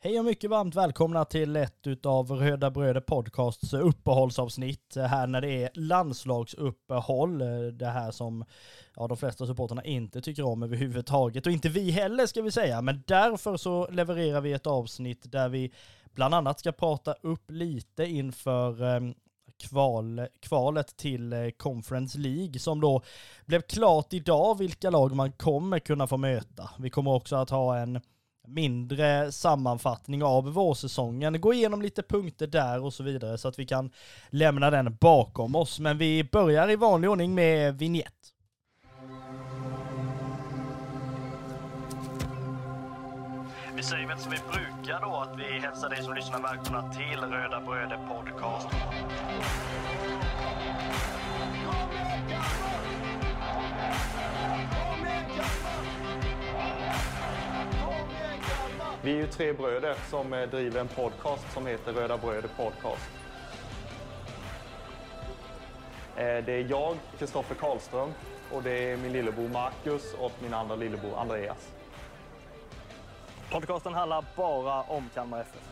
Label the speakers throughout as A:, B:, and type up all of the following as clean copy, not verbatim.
A: Hej och mycket varmt välkomna till ett utav Röda Bröder Podcasts uppehållsavsnitt här när det är landslagsuppehåll. Det här som de flesta supporterna inte tycker om överhuvudtaget och inte vi heller ska vi säga. Men därför så levererar vi ett avsnitt där vi bland annat ska prata upp lite inför kvalet till Conference League som då blev klart idag vilka lag man kommer kunna få möta. Vi kommer också att ha en mindre sammanfattning av vårsäsongen, gå igenom lite punkter där och så vidare så att vi kan lämna den bakom oss. Men vi börjar i vanlig ordning med vignett. Vi säger väl som vi brukar då att vi hälsar dig som lyssnar välkomna till Röda Bröder Podcast.
B: Vi är ju tre bröder som driver en podcast som heter Röda Bröder Podcast. Det är jag, Kristoffer Karlström, och det är min lillebror Marcus och min andra lillebror Andreas.
A: Podcasten handlar bara om Kalmar FF.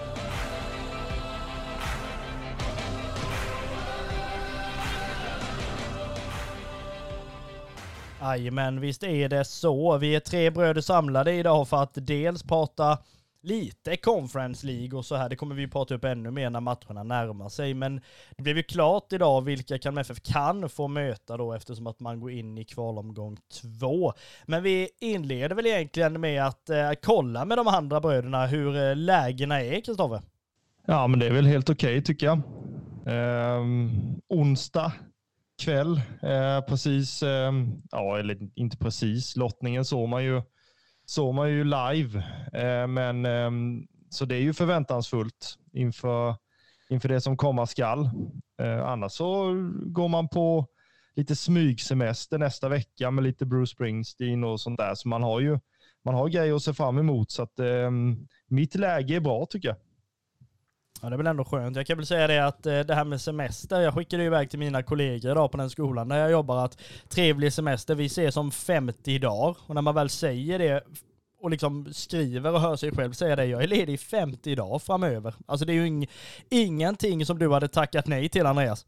A: Men visst är det så. Vi är tre bröder samlade idag för att dels prata lite Conference League och så här. Det kommer vi prata upp ännu mer när matcherna närmar sig. Men det blev ju klart idag vilka Kalmar FF kan få möta då eftersom att man går in i kvalomgång 2. Men vi inleder väl egentligen med att kolla med de andra bröderna hur lägena är, Kristoffer.
C: Ja, men det är väl helt okej tycker jag. Onsdag kväll, precis, eller inte precis, lottningen såg man ju live, men så det är ju förväntansfullt inför det som komma skall. Annars så går man på lite smygsemester nästa vecka med lite Bruce Springsteen och sånt där, så man har grejer att se fram emot, så att mitt läge är bra tycker jag.
A: Ja, det är väl ändå skönt. Jag kan väl säga det att det här med semester, jag skickade iväg till mina kollegor idag på den skolan där jag jobbar att trevlig semester, vi ser som 50 dagar. Och när man väl säger det och liksom skriver och hör sig själv säga det, jag är ledig 50 dagar framöver. Alltså det är ju ingenting som du hade tackat nej till, Andreas.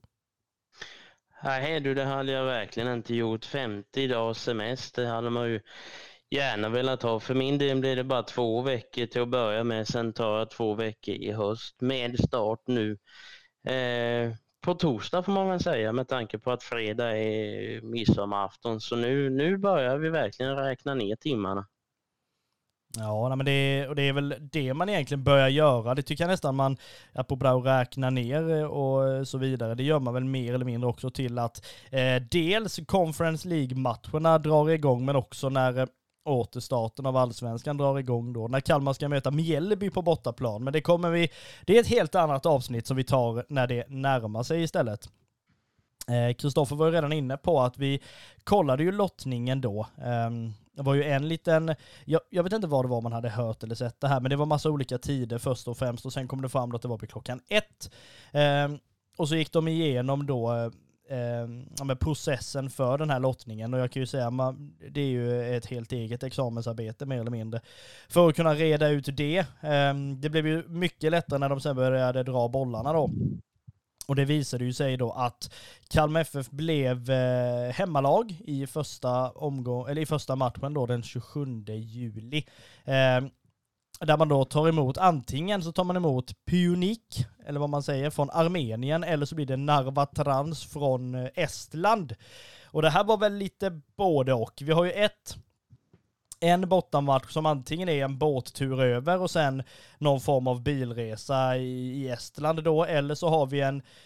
D: Nej du, det hade jag verkligen inte gjort. 50 dagars semester hade man ju gärna velat ha. För min del blir det bara 2 veckor till att börja med. Sen tar jag 2 veckor i höst med start nu på torsdag får man väl säga, med tanke på att fredag är midsommarafton. Så nu börjar vi verkligen räkna ner timmarna.
A: Ja, men det är väl det man egentligen börjar göra. Det tycker jag nästan man är på bra att räkna ner och så vidare. Det gör man väl mer eller mindre också till att dels Conference League-matcherna drar igång, men också när återstarten av allsvenskan drar igång då, när Kalmar ska möta Mjällby på bortaplan. Men det är ett helt annat avsnitt som vi tar när det närmar sig istället. Kristoffer var ju redan inne på att vi kollade ju lottningen då. Det var ju en liten, jag vet inte vad det var man hade hört eller sett det här, men det var massa olika tider först och främst, och sen kom det fram att det var vid klockan 1. Och så gick de igenom då med processen för den här lottningen, och jag kan ju säga det är ju ett helt eget examensarbete mer eller mindre för att kunna reda ut det. Det blev ju mycket lättare när de sen började dra bollarna då. Och det visade ju sig då att Kalmar FF blev hemmalag i första matchen då den 27 juli. Där man då tar emot, antingen så tar man emot Pjunik, eller vad man säger, från Armenien, eller så blir det Narva Trans från Estland. Och det här var väl lite både och. Vi har ju en bortamatch som antingen är en båttur över och sen någon form av bilresa i Estland då, eller så har vi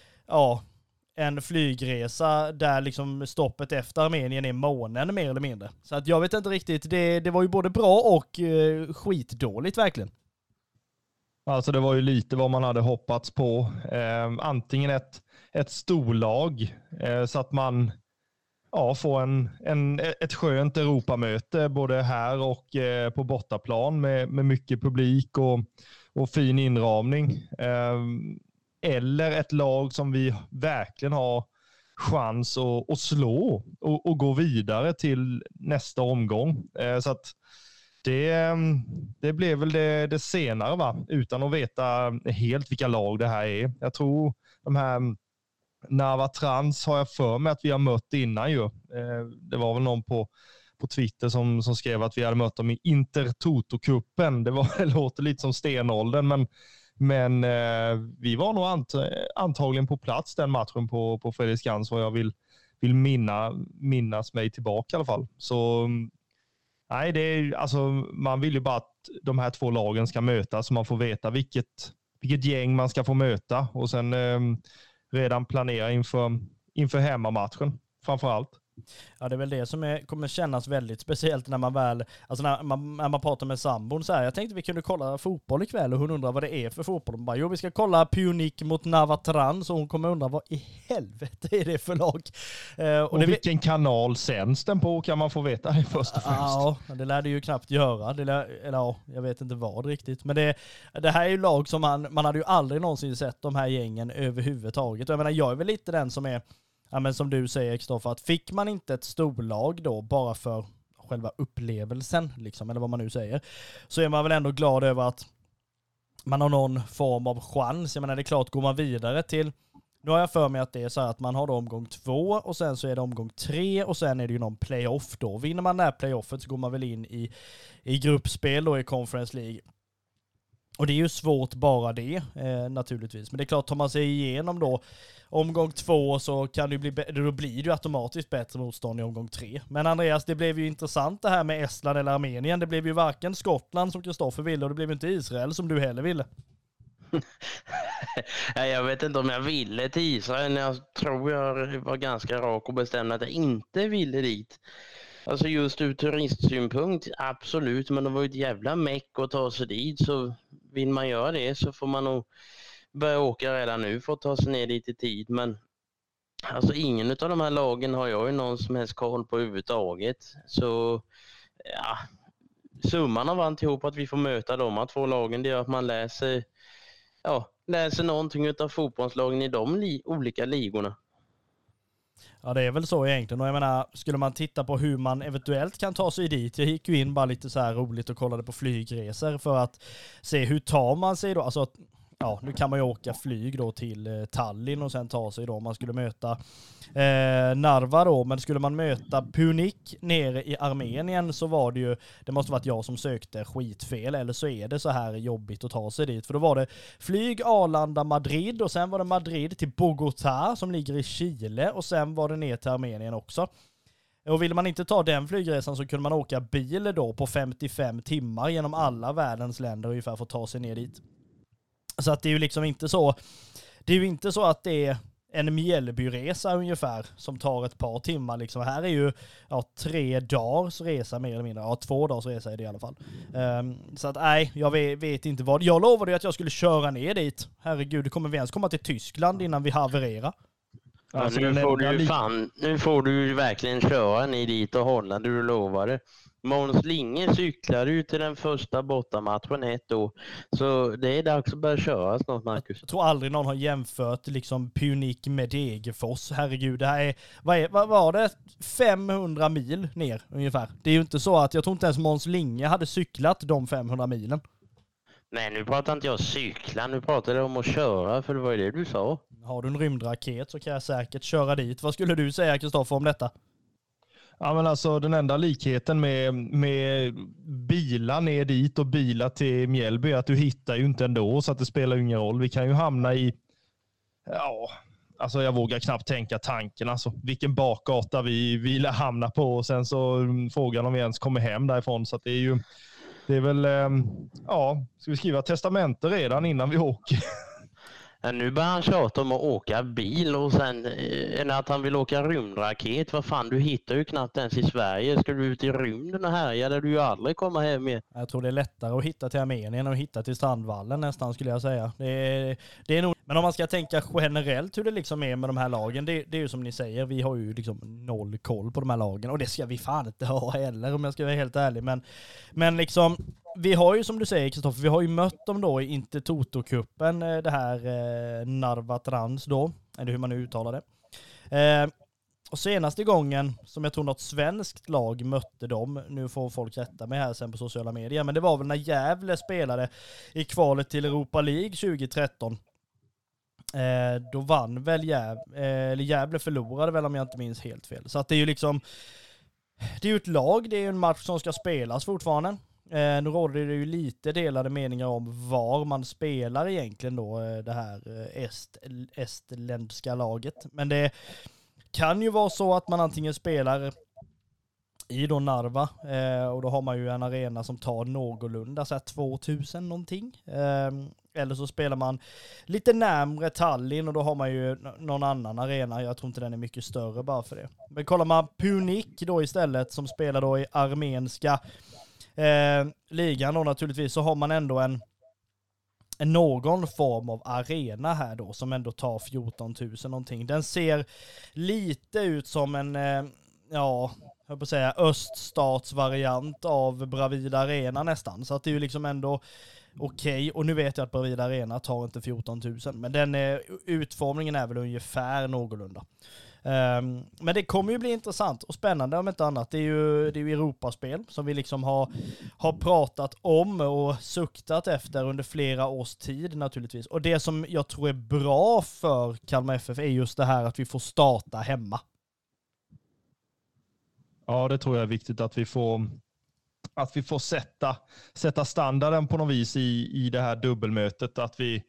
A: en flygresa där liksom stoppet efter Armenien är månen mer eller mindre. Så att jag vet inte riktigt, det var ju både bra och skitdåligt verkligen.
C: Alltså det var ju lite vad man hade hoppats på. Antingen ett storlag så att man får ett skönt Europamöte både här och på bortaplan med mycket publik och fin inramning. Eller ett lag som vi verkligen har chans att slå och gå vidare till nästa omgång. Så att Det blev väl det senare, va? Utan att veta helt vilka lag det här är. Jag tror de här Narva Trans har jag för mig att vi har mött innan ju. Det var väl någon på Twitter som skrev att vi hade mött dem i Intertoto-cupen. Det låter lite som stenåldern, men vi var nog antagligen på plats den matchen på Fredriksskans, vad jag vill minnas mig tillbaka i alla fall. Så nej, det är, alltså, man vill ju bara att de här två lagen ska mötas så man får veta vilket gäng man ska få möta och sen redan planera inför hemmamatchen framför allt.
A: Ja, det är väl det som kommer kännas väldigt speciellt när man väl, alltså när man pratar med sambon så här. Jag tänkte vi kunde kolla fotboll ikväll och hon undrar vad det är för fotboll. Hon bara, jo, vi ska kolla Punic mot Narva Trans och hon kommer undra vad i helvete är det för lag.
C: Och vilken kanal sänds den på kan man få veta först och främst.
A: Ja, det lär det ju knappt göra. Jag vet inte vad riktigt. Men det här är ju lag som man hade ju aldrig någonsin sett de här gängen överhuvudtaget. Och jag menar, jag är väl lite den som är, ja, men som du säger, Kristoffer, att fick man inte ett storlag då bara för själva upplevelsen, liksom, eller vad man nu säger, så är man väl ändå glad över att man har någon form av chans. Jag menar, det är klart, går man vidare till, nu har jag för mig att det är så här att man har då omgång 2 och sen så är det omgång 3 och sen är det ju någon playoff då. Vinner man det här playoffet så går man väl in i gruppspel då i Conference League. Och det är ju svårt bara det, naturligtvis. Men det är klart, tar man sig igenom då omgång 2 så kan det då blir det ju automatiskt bättre motstånd i omgång 3. Men Andreas, det blev ju intressant det här med Estland eller Armenien. Det blev ju varken Skottland som Kristoffer ville och det blev inte Israel som du heller ville.
D: Jag vet inte om jag ville till Israel. Jag tror jag var ganska rak och bestämd att jag inte ville dit. Alltså just ur turistsynpunkt, absolut. Men det var ju ett jävla meck att ta sig dit. Så vill man göra det så får man nog börja åka redan nu för att ta sig ner dit i tid. Men alltså ingen av de här lagen har jag ju någon som helst koll på överhuvudtaget. Så ja, summan av alltihop att vi får möta de här två lagen, det gör att man läser någonting av fotbollslagen i de olika ligorna.
A: Ja, det är väl så egentligen. Och jag menar, skulle man titta på hur man eventuellt kan ta sig dit. Jag gick ju in bara lite så här roligt och kollade på flygresor för att se hur tar man sig då. Alltså, ja, nu kan man ju åka flyg då till Tallinn och sen ta sig då. Man skulle möta Narva då, men skulle man möta Punic nere i Armenien så var det ju, det måste varit jag som sökte skitfel, eller så är det så här jobbigt att ta sig dit. För då var det flyg Arlanda Madrid och sen var det Madrid till Bogotá som ligger i Chile och sen var det ner till Armenien också. Och vill man inte ta den flygresan så kunde man åka bil då på 55 timmar genom alla världens länder ungefär för att ta sig ner dit. Så att det är ju liksom inte så, det är ju inte så att det är en Mjällbyresa ungefär som tar ett par timmar liksom. Här är ju 3 dagars resa mer eller mindre. 2 dagars resa är det i alla fall. Så att nej, jag vet inte vad. Jag lovade ju att jag skulle köra ner dit. Herregud, kommer vi ens komma till Tyskland innan vi havererar?
D: Alltså, nu får du verkligen köra ner dit och hålla det du lovade. Måns Linge cyklade ut till den första bortamatchen 1 år. Så det är dags att börja köra snart, Marcus. Jag
A: tror aldrig någon har jämfört liksom Punic med Degerfors. Herregud, det här är, vad var det? 500 mil ner ungefär. Det är ju inte så att, jag tror inte ens Måns Linge hade cyklat de 500 milen.
D: Nej, nu pratar inte jag cykla, nu pratar jag om att köra, för det var ju det du sa.
A: Har du en rymdraket så kan jag säkert köra dit. Vad skulle du säga, Kristoffer, om detta?
C: Ja, men alltså den enda likheten med bilar ner dit och bilar till Mjällby är att du hittar ju inte ändå, så att det spelar ju ingen roll. Vi kan ju hamna i, alltså jag vågar knappt tänka tanken. Alltså vilken bakgata vi hamna på och sen så frågan om vi ens kommer hem därifrån. Så att det är väl, ska vi skriva testamente redan innan vi åker?
D: Nu börjar han tjata om att åka bil och sen att han vill åka rymdraket. Vad fan, du hittar ju knappt ens i Sverige. Ska du ut i rymden och härja där du ju aldrig kommer hem igen?
A: Jag tror det är lättare att hitta till Armenien än att hitta till Strandvallen nästan, skulle jag säga. Det är nog, men om man ska tänka generellt hur det liksom är med de här lagen, det är ju som ni säger, vi har ju liksom noll koll på de här lagen och det ska vi fan inte ha heller om jag ska vara helt ärlig. Men liksom, vi har ju som du säger, Kristoffer, vi har ju mött dem då i Intertoto-cupen, det här Narva Trans då, eller hur man nu uttalar det. Och senaste gången som jag tror något svenskt lag mötte dem, nu får folk rätta mig här sen på sociala medier, men det var väl när Gävle spelade i kvalet till Europa League 2013. Då vann väl Gävle förlorade väl om jag inte minns helt fel. Så att det är ju liksom, det är ju ett lag, det är ju en match som ska spelas fortfarande. Nu råder det ju lite delade meningar om var man spelar egentligen då, det här estländska laget. Men det kan ju vara så att man antingen spelar i då Narva, och då har man ju en arena som tar någorlunda så här 2000 någonting. Eller så spelar man lite närmre Tallinn och då har man ju någon annan arena. Jag tror inte den är mycket större bara för det. Men kollar man Punik då istället, som spelar då i armenska ligan då naturligtvis, så har man ändå en någon form av arena här då som ändå tar 14 000 någonting. Den ser lite ut som en, jag höll på att säga, öststatsvariant av Bravida Arena nästan. Så att det är ju liksom ändå okej. Och nu vet jag att Bravida Arena tar inte 14 000. Men den utformningen är väl ungefär någorlunda. Men det kommer ju bli intressant och spännande om inte annat. Det är ju Europaspel som vi liksom har pratat om och suktat efter under flera års tid naturligtvis. Och det som jag tror är bra för Kalmar FF är just det här att vi får starta hemma.
C: Ja, det tror jag är viktigt att vi får sätta standarden på något vis i det här dubbelmötet. Att vi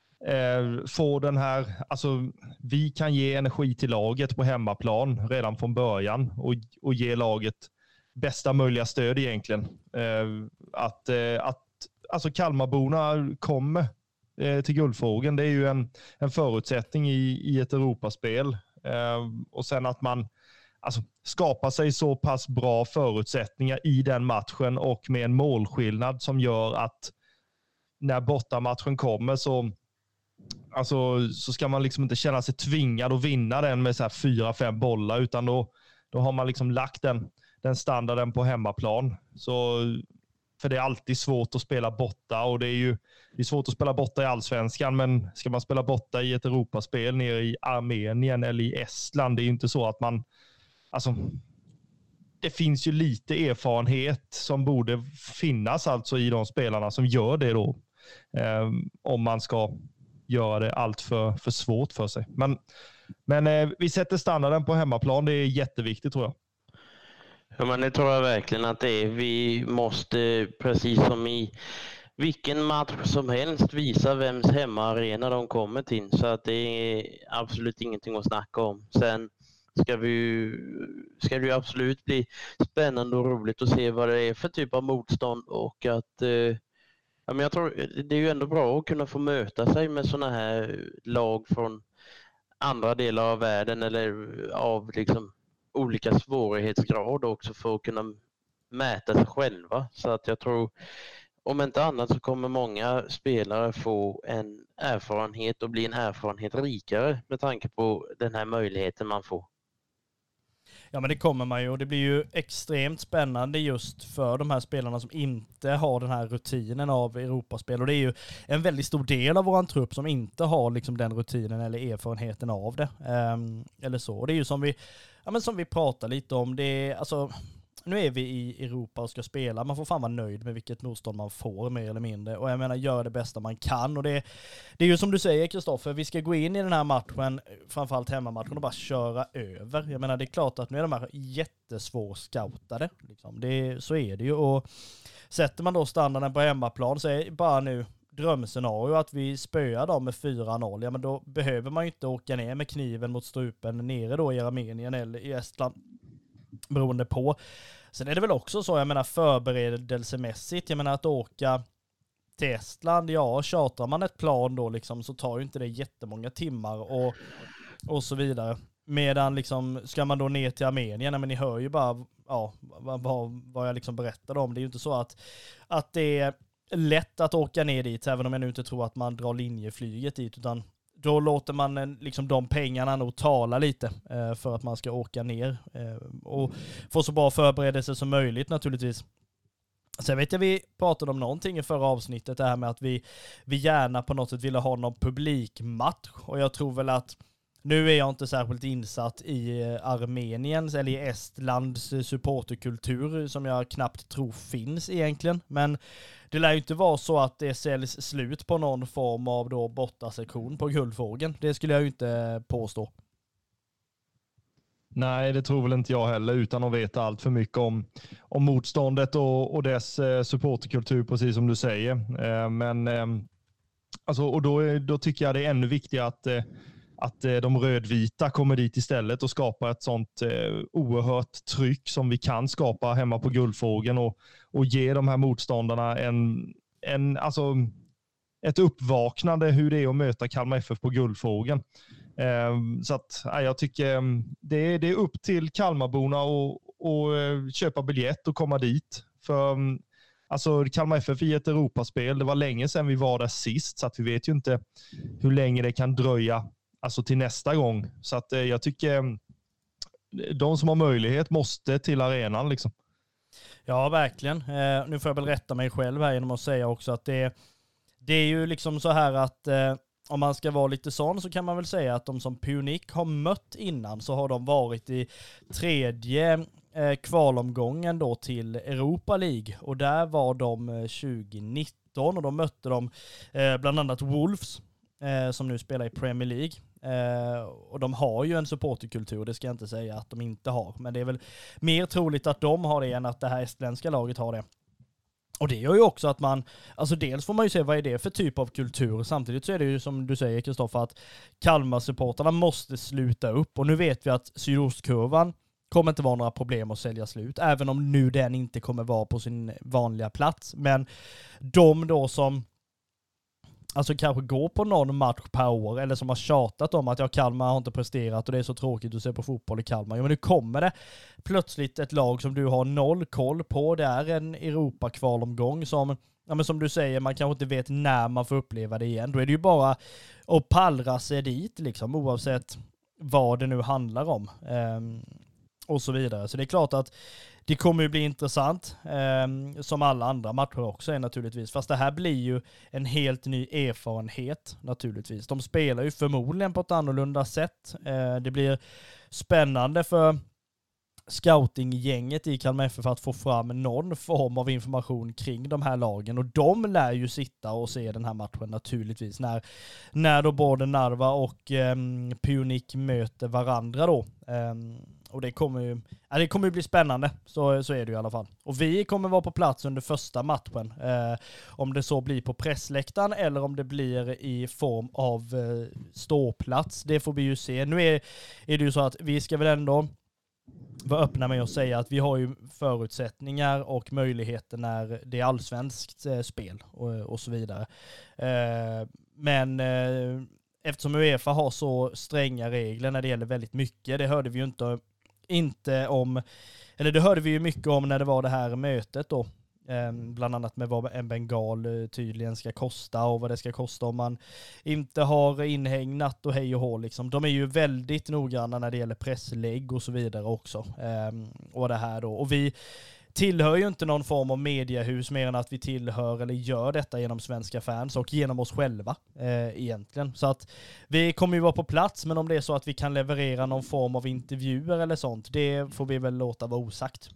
C: får den här, alltså vi kan ge energi till laget på hemmaplan redan från början och ge laget bästa möjliga stöd egentligen. Att alltså Kalmarborna kommer till guldfrågan, det är ju en förutsättning i ett Europaspel. Och sen att man alltså skapar sig så pass bra förutsättningar i den matchen och med en målskillnad som gör att när bortamatchen kommer så ska man liksom inte känna sig tvingad att vinna den med så här 4-5 bollar, utan då har man liksom lagt den standarden på hemmaplan. Så, för det är alltid svårt att spela borta, och det är svårt att spela borta i allsvenskan, men ska man spela borta i ett Europaspel nere i Armenien eller i Estland, det är ju inte så att man, alltså det finns ju lite erfarenhet som borde finnas alltså i de spelarna som gör det då, om man ska göra det allt för svårt för sig. Men vi sätter standarden på hemmaplan. Det är jätteviktigt tror jag.
D: Ja, men det tror jag verkligen att det är. Vi måste, precis som i vilken match som helst, visa vems hemmaarena de kommer till. Så att det är absolut ingenting att snacka om. Sen ska det ju absolut bli spännande och roligt att se vad det är för typ av motstånd, och att ja, men jag tror det är ju ändå bra att kunna få möta sig med såna här lag från andra delar av världen eller av liksom olika svårighetsgrad också, för att kunna mäta sig själva. Så att jag tror, om inte annat, så kommer många spelare få en erfarenhet och bli en erfarenhet rikare med tanke på den här möjligheten man får.
A: Ja, men det kommer man ju, och det blir ju extremt spännande just för de här spelarna som inte har den här rutinen av Europaspel. Och det är ju en väldigt stor del av våran trupp som inte har liksom den rutinen eller erfarenheten av det. Eller så. Och det är ju som vi pratar lite om, det är, alltså, nu är vi i Europa och ska spela. Man får fan vara nöjd med vilket motstånd man får, mer eller mindre. Och jag menar, gör det bästa man kan. Och det är ju som du säger, Kristoffer, vi ska gå in i den här matchen, framförallt hemmamatchen, och bara köra över. Jag menar, det är klart att nu är de här jättesvårscoutade. Liksom. Så är det ju. Och sätter man då standarden på hemmaplan, så är bara nu drömscenario att vi spöar dem med 4-0. Ja, men då behöver man ju inte åka ner med kniven mot strupen nere då i Armenien eller i Estland, beroende på. Sen är det väl också så, jag menar, förberedelsemässigt, jag menar att åka till Estland, ja, tjatar man ett plan då liksom, så tar ju inte det jättemånga timmar och så vidare. Medan liksom, ska man då ner till Armenien, men ni hör ju bara vad jag liksom berättade om. Det är ju inte så att det är lätt att åka ner dit, även om jag nu inte tror att man drar linjeflyget dit, utan då låter man liksom de pengarna nog tala lite för att man ska åka ner och få så bra förberedelse som möjligt naturligtvis. Sen vet jag, vi pratade om någonting i förra avsnittet, det här med att vi gärna på något sätt ville ha någon publikmatch, och jag tror väl att Nu är jag inte särskilt insatt i Armeniens eller i Estlands supporterkultur som jag knappt tror finns egentligen. Men det lär ju inte vara så att det säljs slut på någon form av då bortasektion på Guldfågeln. Det skulle jag ju inte påstå.
C: Nej, det tror väl inte jag heller, utan att veta allt för mycket om motståndet och dess supporterkultur, precis som du säger. Men alltså, och då tycker jag det är ännu viktigare att de rödvita kommer dit istället och skapar ett sånt oerhört tryck som vi kan skapa hemma på Guldfågeln och ge de här motståndarna alltså ett uppvaknande hur det är att möta Kalmar FF på Guldfågeln. Så att jag tycker det är upp till Kalmarborna att köpa biljett och komma dit. För alltså Kalmar FF i ett Europaspel, det var länge sedan vi var där sist, så att vi vet ju inte hur länge det kan dröja alltså till nästa gång. Så att jag tycker de som har möjlighet måste till arenan liksom.
A: Ja, verkligen. Nu får jag väl rätta mig själv här genom att säga också att det är ju liksom så här att om man ska vara lite sån så kan man väl säga att de som Punic har mött innan så har de varit i tredje kvalomgången då till Europa League. Och där var de 2019 och då mötte de bland annat Wolves som nu spelar i Premier League. Och de har ju en supporterkultur, det ska jag inte säga att de inte har. Men det är väl mer troligt att de har det än att det här estländska laget har det. Och det gör ju också att man, alltså dels får man ju se vad är det för typ av kultur. Samtidigt så är det ju som du säger, Kristoffer, att Kalmar-supporterna måste sluta upp. Och nu vet vi att sydostkurvan kommer inte vara några problem att sälja slut. Även om nu den inte kommer vara på sin vanliga plats. Men de då som alltså kanske går på någon match per år eller som har tjatat om att Kalmar har inte presterat och det är så tråkigt att se på fotboll i Kalmar. Ja, men nu kommer det plötsligt ett lag som du har noll koll på. Det är en Europa-kvalomgång som, ja, men som du säger, man kanske inte vet när man får uppleva det igen. Då är det ju bara att pallra sig dit liksom, oavsett vad det nu handlar om. Och så vidare. Så det är klart att det kommer ju bli intressant, som alla andra matcher också är naturligtvis. Fast det här blir ju en helt ny erfarenhet naturligtvis. De spelar ju förmodligen på ett annorlunda sätt. Det blir spännande för scoutinggänget i Kalmar FF för att få fram någon form av information kring de här lagen. Och de lär ju sitta och se den här matchen naturligtvis när då både Narva och Punic möter varandra då. Och det kommer ju bli spännande, så är det i alla fall. Och vi kommer vara på plats under första matchen. Om det så blir på pressläktaren eller om det blir i form av ståplats, det får vi ju se. Nu är det ju så att vi ska väl ändå vara öppna med att säga att vi har ju förutsättningar och möjligheter när det är allsvenskt spel och så vidare. Men eftersom UEFA har så stränga regler när det gäller väldigt mycket, det hörde vi ju inte om, eller det hörde vi ju mycket om när det var det här mötet då. Bland annat med vad en bengal tydligen ska kosta och vad det ska kosta om man inte har inhägnat och hej och hå liksom. De är ju väldigt noggranna när det gäller presslägg och så vidare också. Och det här då. Och vi tillhör ju inte någon form av mediehus mer än att vi tillhör eller gör detta genom svenska fans och genom oss själva egentligen. Så att vi kommer ju vara på plats, men om det är så att vi kan leverera någon form av intervjuer eller sånt, det får vi väl låta vara osagt.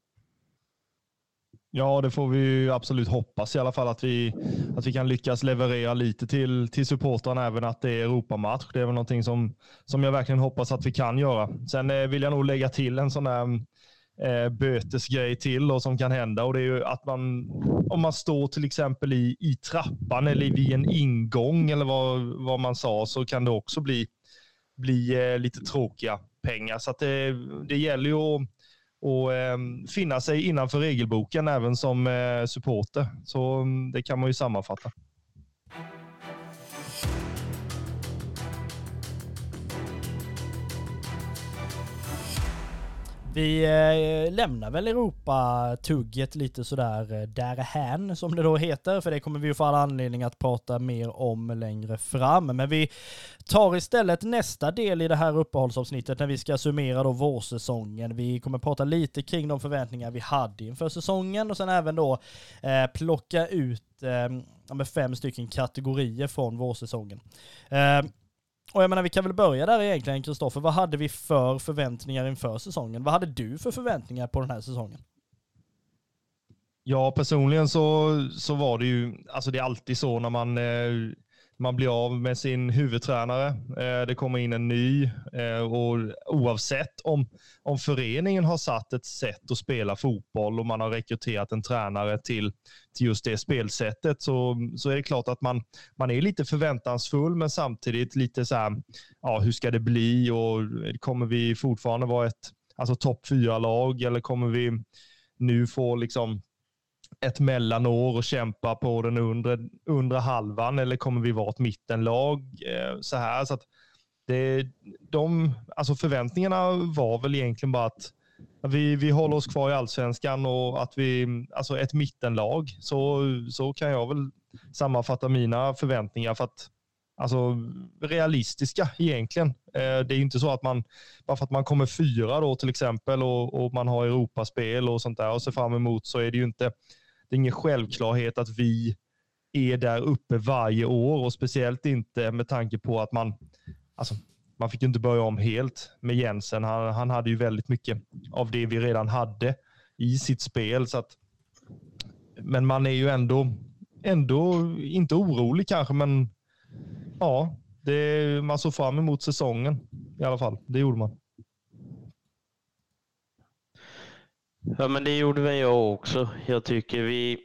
A: Ja, det får vi ju absolut hoppas i alla fall, att vi kan lyckas leverera lite till supportrarna, även att det är Europamatch. Det är väl någonting som jag verkligen hoppas att vi kan göra. Sen vill jag nog lägga till en sån där bötesgrej till och som kan hända, och det är ju att om man står till exempel i trappan eller vid en ingång eller vad man sa, så kan det också bli lite tråkiga pengar. Så att det gäller ju att finna sig innanför regelboken även som supporter. Så det kan man ju sammanfatta. Vi lämnar väl Europa-tugget lite sådär därhän som det då heter, för det kommer vi ju få alla anledning att prata mer om längre fram. Men vi tar istället nästa del i det här uppehållsavsnittet när vi ska summera då vårsäsongen. Vi kommer prata lite kring de förväntningar vi hade inför säsongen och sen även då plocka ut 5 stycken kategorier från vårsäsongen. Och jag menar, vi kan väl börja där egentligen, Kristoffer. Vad hade vi för förväntningar inför säsongen? Vad hade du för förväntningar på den här säsongen?
C: Ja, personligen så var det ju, alltså det är alltid så när man blir av med sin huvudtränare. Det kommer in en ny och oavsett om föreningen har satt ett sätt att spela fotboll och man har rekryterat en tränare till just det spelsättet så är det klart att man är lite förväntansfull men samtidigt lite så här, ja, hur ska det bli och kommer vi fortfarande vara ett topp 4-lag eller kommer vi nu få liksom ett mellanår och kämpa på den undre halvan eller kommer vi vara ett mittenlag så här, så att förväntningarna var väl egentligen bara att vi håller oss kvar i allsvenskan och att vi, alltså ett mittenlag, så kan jag väl sammanfatta mina förväntningar, för att alltså realistiska egentligen. Det är ju inte så att bara för att man kommer 4 då till exempel och man har Europaspel och sånt där och ser fram emot, så är det ju inte, det är ingen självklarhet att vi är där uppe varje år, och speciellt inte med tanke på att man fick ju inte börja om helt med Jensen. Han hade ju väldigt mycket av det vi redan hade i sitt spel, så att, men man är ju ändå inte orolig kanske, men ja, man såg fram emot säsongen i alla fall. Det gjorde man.
D: Ja, men det gjorde väl jag också. Jag tycker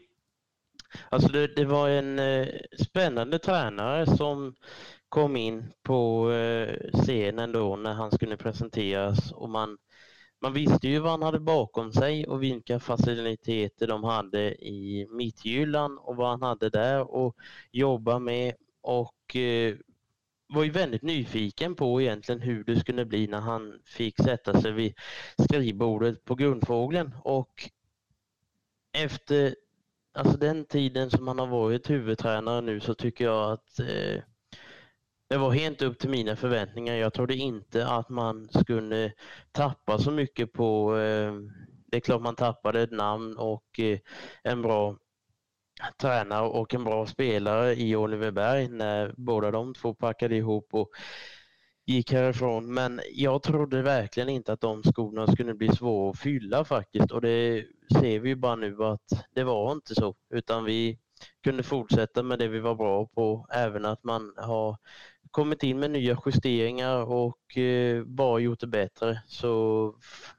D: det var en spännande tränare som kom in på scenen då när han skulle presenteras, och man visste ju vad han hade bakom sig och vilka faciliteter de hade i Midtjylland och vad han hade där och jobba med, och var ju väldigt nyfiken på egentligen hur det skulle bli när han fick sätta sig vid skrivbordet på Grundfågeln. Och efter den tiden som han har varit huvudtränare nu, så tycker jag att det var helt upp till mina förväntningar. Jag trodde inte att man skulle tappa så mycket på, det är klart man tappade ett namn och en bra tränare och en bra spelare i Oliver Berg när båda de två packade ihop och gick härifrån. Men jag trodde verkligen inte att de skorna skulle bli svåra att fylla faktiskt, och det ser vi ju bara nu att det var inte så, utan vi kunde fortsätta med det vi var bra på, även att man har kommit in med nya justeringar och bara gjort det bättre. Så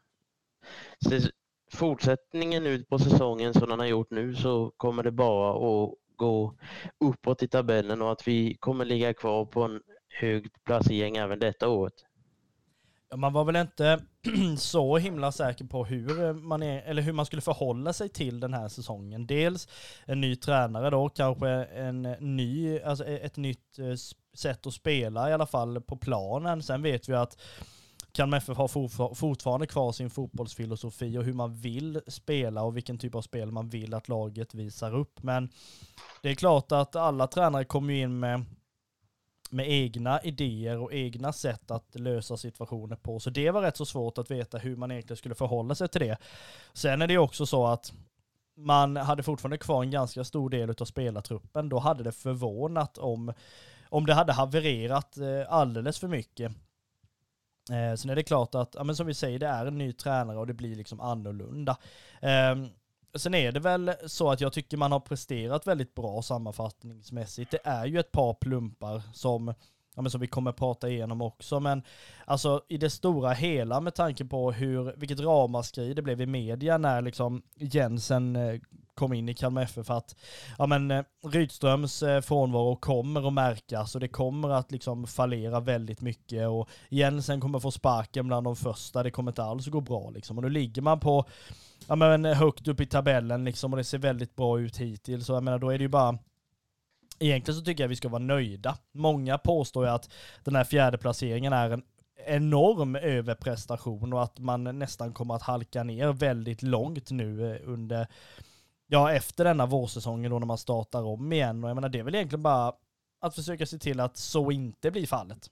D: fortsättningen ut på säsongen som den har gjort nu, så kommer det bara att gå uppåt i tabellen och att vi kommer ligga kvar på en hög placering även detta året.
A: Man var väl inte så himla säker på hur man skulle förhålla sig till den här säsongen. Dels en ny tränare då, kanske ett nytt sätt att spela i alla fall på planen. Sen vet vi att Kalmar FF har fortfarande kvar sin fotbollsfilosofi och hur man vill spela och vilken typ av spel man vill att laget visar upp. Men det är klart att alla tränare kommer in med egna idéer och egna sätt att lösa situationer på. Så det var rätt så svårt att veta hur man egentligen skulle förhålla sig till det. Sen är det också så att man hade fortfarande kvar en ganska stor del av spelartruppen. Då hade det förvånat om det hade havererat alldeles för mycket. Sen är det klart att, ja, men som vi säger, det är en ny tränare och det blir liksom annorlunda. Sen är det väl så att jag tycker man har presterat väldigt bra sammanfattningsmässigt. Det är ju ett par plumpar som vi kommer att prata igenom också. Men alltså i det stora hela, med tanke på vilket ramaskri det blev i media när liksom Jensen kom in i Kalmar FF, för att Rydströms frånvaro kommer att märkas och det kommer att liksom fallera väldigt mycket, och Jensen kommer få sparken bland de första. Det kommer inte alls att gå bra liksom. Och nu ligger man på högt upp i tabellen liksom, och det ser väldigt bra ut hittills. Så jag menar, då är det ju bara, egentligen så tycker jag vi ska vara nöjda. Många påstår ju att den här 4:e placeringen är en enorm överprestation och att man nästan kommer att halka ner väldigt långt nu efter denna vårsäsongen då, när man startar om igen. Och jag menar, det är väl egentligen bara att försöka se till att så inte blir fallet.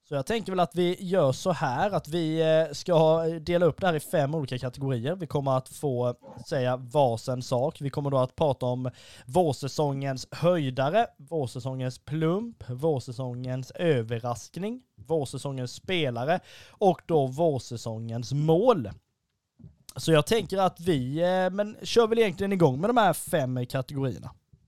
A: Så jag tänker väl att vi gör så här att vi ska dela upp det här i 5 olika kategorier. Vi kommer att få säga varsin sak. Vi kommer då att prata om vårsäsongens höjdare, vårsäsongens plump, vårsäsongens överraskning, vårsäsongens spelare och då vårsäsongens mål. Så jag tänker att vi kör väl egentligen igång med de här 5 kategorierna.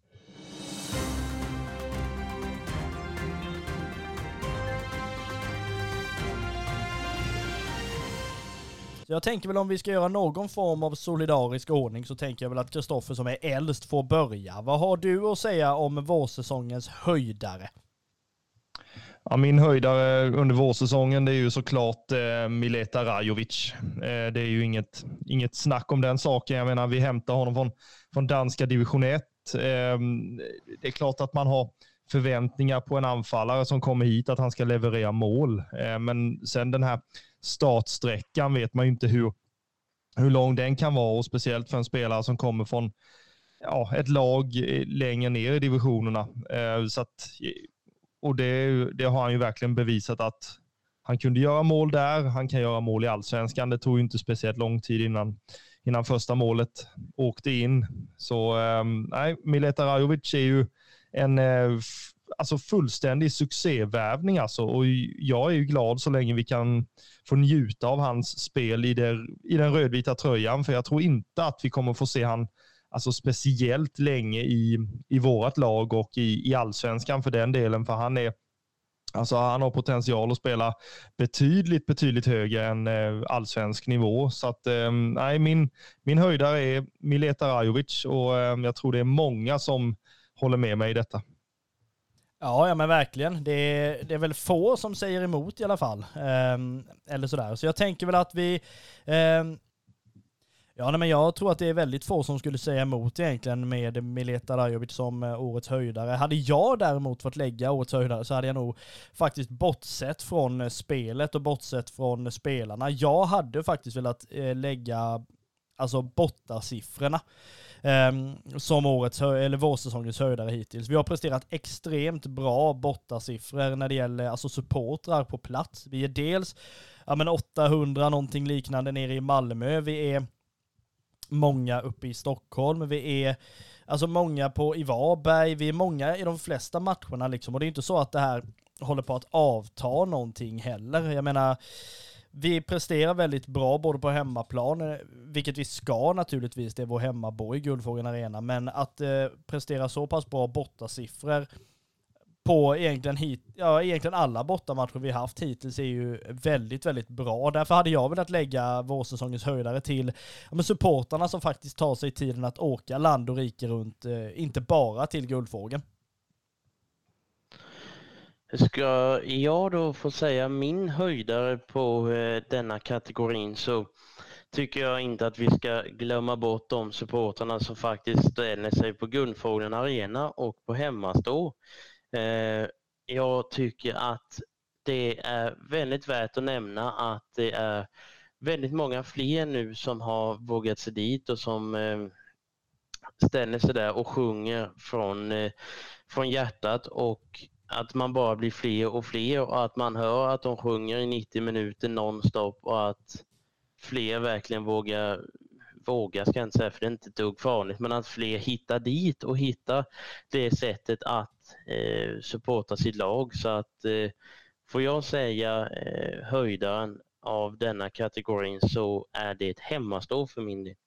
A: Så jag tänker väl om vi ska göra någon form av solidarisk ordning så tänker jag väl att Kristoffer som är äldst får börja. Vad har du att säga om vårsäsongens höjdare?
C: Ja, min höjdare under vårsäsongen det är ju såklart Mileta Rajovic. Det är ju inget snack om den saken. Jag menar, vi hämtar honom från danska division 1. Det är klart att man har förväntningar på en anfallare som kommer hit att han ska leverera mål. Men sen den här startsträckan vet man ju inte hur lång den kan vara, och speciellt för en spelare som kommer från ett lag längre ner i divisionerna. Så att, och det har han ju verkligen bevisat att han kunde göra mål där. Han kan göra mål i allsvenskan. Det tog ju inte speciellt lång tid innan första målet åkte in. Så Mileta Rajovic är ju en fullständig succévärvning och jag är ju glad så länge vi kan få njuta av hans spel i den rödvita tröjan, för jag tror inte att vi kommer få se han speciellt länge i vårat lag och i allsvenskan för den delen, för han har potential att spela betydligt högre än allsvensk nivå. Så att min höjdare är Mileta Rajovic, och jag tror det är många som håller med mig i detta. Ja,
A: men verkligen. Det är väl få som säger emot i alla fall. Eller sådär. Så jag tänker väl att vi... jag tror att det är väldigt få som skulle säga emot egentligen med Mileta Rajovic som årets höjdare. Hade jag däremot fått lägga årets höjdare så hade jag nog faktiskt bortsett från spelet och bortsett från spelarna. Jag hade faktiskt velat lägga bottasiffrorna som vårsäsongens höjdare hittills. Vi har presterat extremt bra bottasiffror när det gäller supportrar på plats. Vi är dels 800 någonting liknande nere i Malmö. Vi är många uppe i Stockholm. Vi är många i Varberg. Vi är många i de flesta matcherna liksom. Och det är inte så att det här håller på att avta någonting heller. Jag menar, vi presterar väldigt bra både på hemmaplan, vilket vi ska naturligtvis, det är vår hemmaborg, Guldfågeln Arena, men att prestera så pass bra bottasiffror på egentligen alla bortamatcher vi haft hittills är ju väldigt, väldigt bra. Därför hade jag velat lägga vårsäsongens höjdare till supportarna som faktiskt tar sig tiden att åka land och rike runt, inte bara till Guldfågeln.
D: Ska jag då få säga min höjdare på denna kategorin, så tycker jag inte att vi ska glömma bort de supporterna som faktiskt ställer sig på Guldfågeln Arena och på hemmastå. Jag tycker att det är väldigt värt att nämna att det är väldigt många fler nu som har vågat sig dit och som ställer sig där och sjunger från hjärtat, och att man bara blir fler och fler och att man hör att de sjunger i 90 minuter nonstop, och att fler verkligen vågar ska jag inte säga för det är inte ett dugg farligt, men att fler hittar dit och hittar det sättet att supporta sitt lag. Så att får jag säga höjdaren av denna kategorin så är det ett hemmastå för min del.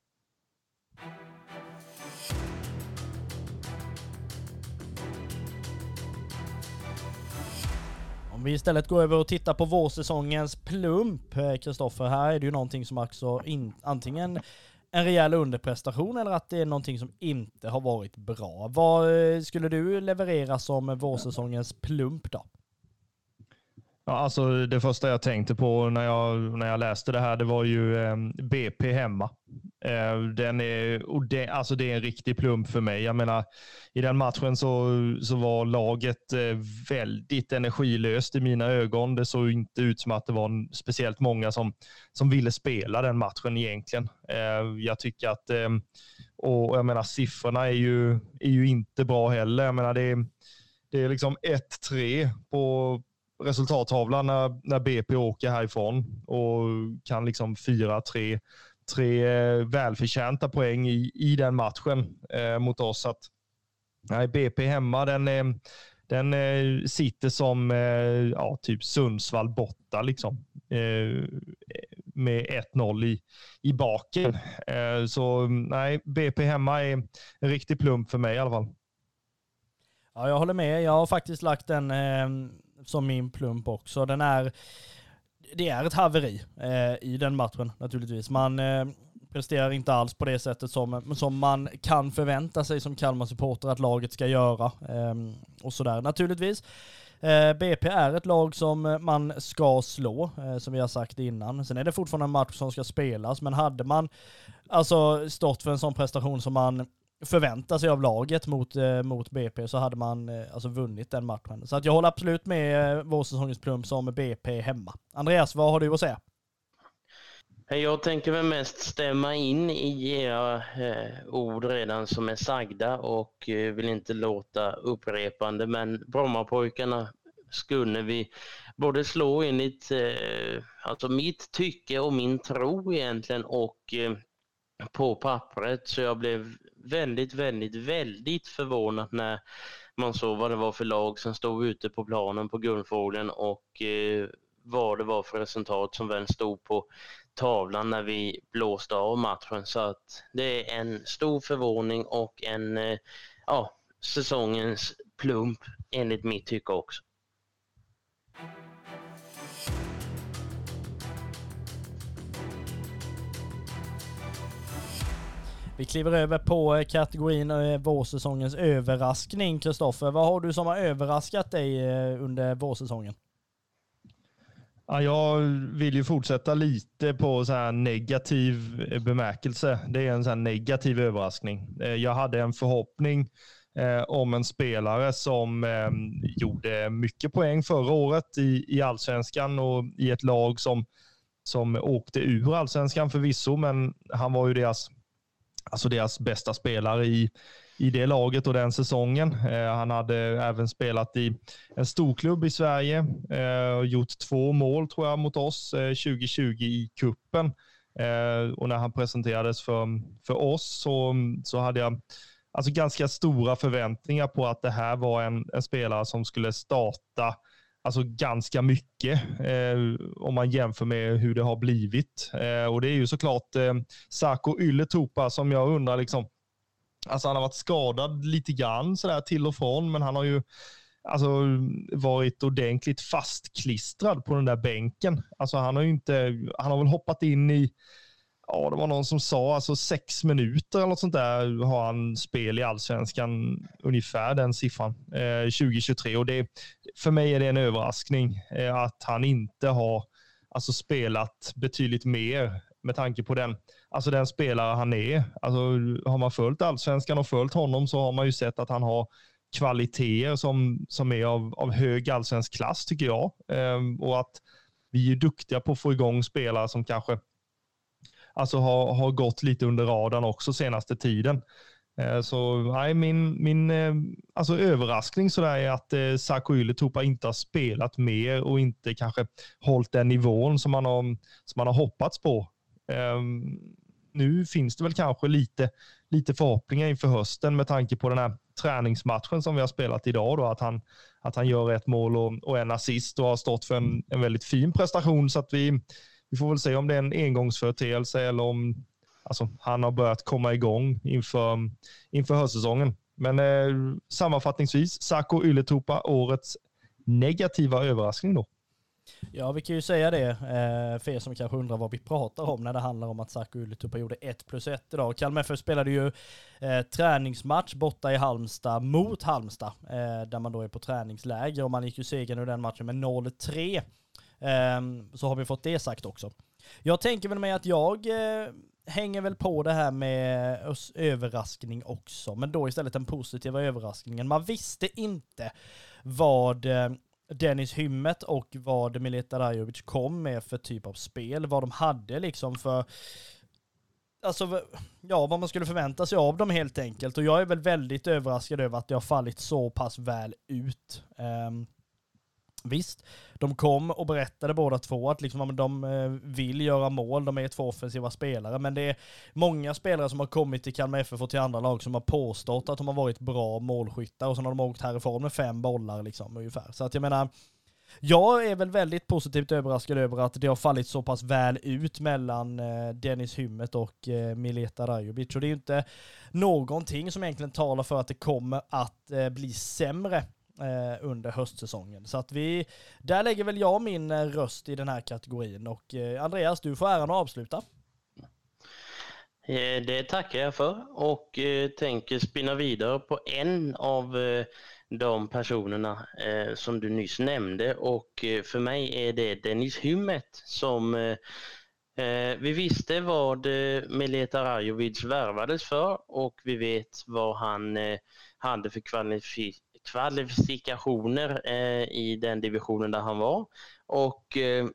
A: Om vi istället går över och tittar på vårsäsongens plump, Kristoffer, här är det ju någonting som antingen en rejäl underprestation eller att det är någonting som inte har varit bra. Vad skulle du leverera som vårsäsongens plump då?
C: Ja, det första jag tänkte på när jag läste det här, det var ju BP hemma. Det är en riktig plump för mig. Jag menar, i den matchen så var laget väldigt energilöst i mina ögon. Det såg inte ut som att det var speciellt många som ville spela den matchen egentligen. Jag tycker att, och jag menar, siffrorna är ju inte bra heller. Jag menar, det är liksom 1-3 resultattavlan när BP åker härifrån och kan liksom fira tre välförtjänta poäng i den matchen mot oss. Att, nej, BP hemma, den sitter som typ Sundsvall borta liksom. Med 1-0 i baken. Så nej, BP hemma är en riktig plump för mig i alla fall.
A: Ja, jag håller med. Jag har faktiskt lagt den som min plump också. Det är ett haveri i den matchen naturligtvis. Man presterar inte alls på det sättet som man kan förvänta sig som Kalmar-supporter att laget ska göra. Och sådär. Naturligtvis. BP är ett lag som man ska slå, som vi har sagt innan. Sen är det fortfarande en match som ska spelas, men hade man alltså stått för en sån prestation som man förväntar sig av laget mot BP, så hade man alltså vunnit den matchen. Så att jag håller absolut med vår säsongens plump som BP hemma. Andreas, vad har du att säga?
D: Jag tänker väl mest stämma in i era ord redan som är sagda och vill inte låta upprepande, men Brommapojkarna skulle vi både slå enligt alltså mitt tycke och min tro egentligen och på pappret, så jag blev väldigt, väldigt, väldigt förvånad när man såg vad det var för lag som stod ute på planen på Guldfågeln och vad det var för resultat som väl stod på tavlan när vi blåste av matchen. Så att det är en stor förvåning och en säsongens plump enligt mitt tycke också.
A: Vi kliver över på kategorin vårsäsongens överraskning. Kristoffer, vad har du som har överraskat dig under vårsäsongen?
C: Ja, jag vill ju fortsätta lite på så här negativ bemärkelse. Det är en så här negativ överraskning. Jag hade en förhoppning om en spelare som gjorde mycket poäng förra året i Allsvenskan och i ett lag som åkte ur Allsvenskan förvisso, men han var ju deras bästa spelare i det laget och den säsongen. Han hade även spelat i en storklubb i Sverige och gjort 2 mål tror jag mot oss 2020 i kuppen. Och när han presenterades för oss så hade jag alltså ganska stora förväntningar på att det här var en spelare som skulle starta alltså ganska mycket om man jämför med hur det har blivit. Och det är ju såklart Sako Ylätupa som jag undrar liksom. Alltså han har varit skadad lite grann sådär till och från, men han har ju alltså varit ordentligt fastklistrad på den där bänken. Alltså han har väl hoppat in i, det var någon som sa alltså 6 minuter eller något sånt där har han spel i Allsvenskan, ungefär den siffran 2023, och det för mig är det en överraskning att han inte har alltså spelat betydligt mer med tanke på den spelare han är. Alltså har man följt Allsvenskan och följt honom så har man ju sett att han har kvaliteter som är av hög allsvensk klass tycker jag. Och att vi är duktiga på att få igång spelare som kanske alltså har gått lite under radarn också senaste tiden. Så nej, min alltså överraskning så där är att Sako Ylätupa inte har spelat mer och inte kanske hållit den nivån som man har hoppats på. Nu finns det väl kanske lite förhoppningar inför hösten med tanke på den här träningsmatchen som vi har spelat idag då, att han gör 1 mål och en assist och har stått för en väldigt fin prestation, så att vi får väl se om det är en engångsföreteelse eller om alltså, han har börjat komma igång inför höstsäsongen. Men sammanfattningsvis Sako Ylätupa, årets negativa överraskning då.
A: Ja, vi kan ju säga det för er som kanske undrar vad vi pratar om när det handlar om att Sako Ylätupa gjorde 1+1 idag. Kalmar FF spelade ju träningsmatch borta i Halmstad mot Halmstad där man då är på träningsläger, och man gick ju segern ur den matchen med 0-3. Så har vi fått det sagt också. Jag tänker väl med att jag hänger väl på det här med överraskning också, men då istället den positiva överraskningen. Man visste inte vad Dennis Hymmet och vad Mileta Rajovic kom med för typ av spel, vad de hade liksom för, alltså ja, vad man skulle förvänta sig av dem helt enkelt. Och jag är väl väldigt överraskad över att det har fallit så pass väl ut. Visst, de kom och berättade båda två att liksom, de vill göra mål, de är 2 offensiva spelare, men det är många spelare som har kommit till Kalmar FF och till andra lag som har påstått att de har varit bra målskyttar och så har de åkt härifrån med 5 bollar liksom, ungefär. Så att jag menar, jag är väl väldigt positivt överraskad över att det har fallit så pass väl ut mellan Dennis Hymmet och Mileta Rajovic. Och det är ju inte någonting som egentligen talar för att det kommer att bli sämre under höstsäsongen. Så att där lägger väl jag min röst i den här kategorin. Och Andreas, du får äran att avsluta.
D: Det tackar jag för och tänker spinna vidare på en av de personerna som du nyss nämnde, och för mig är det Dennis Hymmet som vi visste vad Mileta Rajovic värvades för, och vi vet vad han hade för kvalifikationer i den divisionen där han var. Och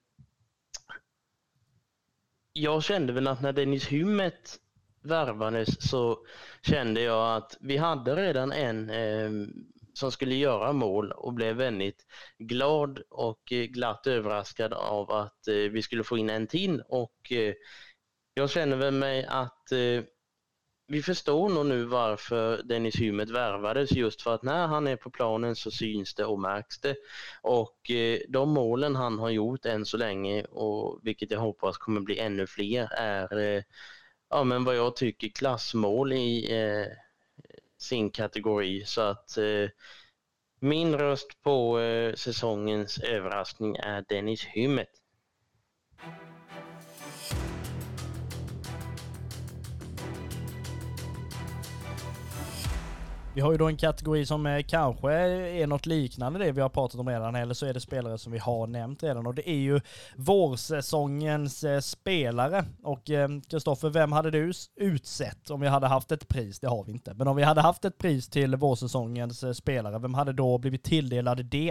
D: jag kände väl att när Dennis Hymmet värvades så kände jag att vi hade redan en som skulle göra mål, och blev väldigt glad och glatt överraskad av att vi skulle få in en till. Och jag känner väl mig att vi förstår nog nu varför Dennis Hymmet värvades, just för att när han är på planen så syns det och märks det. Och de målen han har gjort än så länge, och vilket jag hoppas kommer bli ännu fler, är men vad jag tycker klassmål i sin kategori. Så att min röst på säsongens överraskning är Dennis Hymmet.
A: Vi har ju då en kategori som kanske är något liknande det vi har pratat om redan, eller så är det spelare som vi har nämnt redan, och det är ju vårsäsongens spelare. Och Kristoffer, vem hade du utsett om vi hade haft ett pris? Det har vi inte, men om vi hade haft ett pris till vårsäsongens spelare, vem hade då blivit tilldelad det?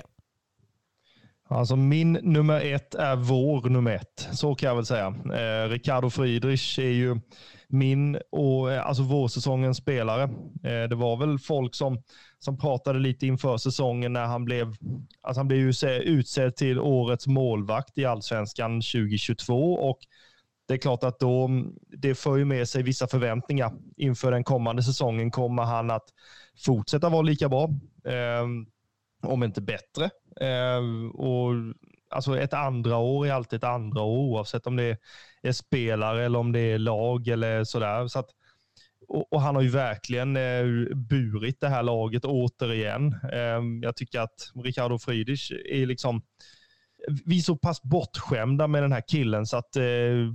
C: Alltså min nummer 1 är vår nummer 1, så kan jag väl säga. Ricardo Friedrich är ju min och alltså vårsäsongens spelare. Det var väl folk som pratade lite inför säsongen när han blev ju utsedd till årets målvakt i Allsvenskan 2022, och det är klart att då det för ju med sig vissa förväntningar inför den kommande säsongen. Kommer han att fortsätta vara lika bra? Om inte bättre. Och alltså ett andra år är alltid ett andra år, oavsett om det är spelare eller om det är lag eller sådär. Så att, och han har ju verkligen burit det här laget återigen. Jag tycker att Ricardo Friedrich är liksom, vi är så pass bortskämda med den här killen så att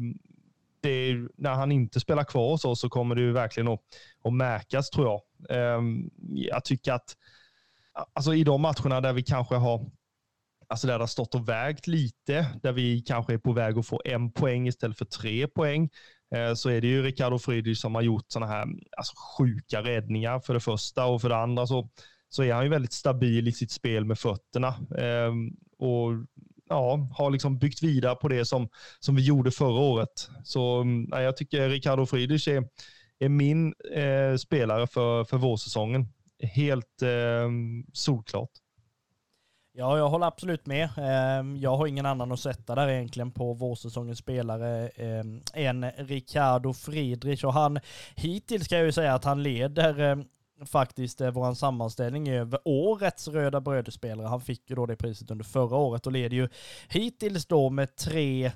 C: när han inte spelar kvar så kommer det ju verkligen att märkas, tror jag. Jag tycker att alltså i de matcherna där vi kanske har, alltså där det har stått och vägt lite, där vi kanske är på väg att få 1 poäng istället för 3 poäng, så är det ju Ricardo Friedrich som har gjort sådana här alltså sjuka räddningar för det första, och för det andra så är han ju väldigt stabil i sitt spel med fötterna, och ja, har liksom byggt vidare på det som vi gjorde förra året. Så jag tycker Ricardo Friedrich är min spelare för vårsäsongen. Helt solklart.
A: Ja, jag håller absolut med. Jag har ingen annan att sätta där egentligen på vårsäsongens spelare än Ricardo Friedrich. Och han, hittills ska jag ju säga att han leder faktiskt våran sammanställning över årets Röda Bröderspelare. Han fick ju då det priset under förra året och leder ju hittills då med 3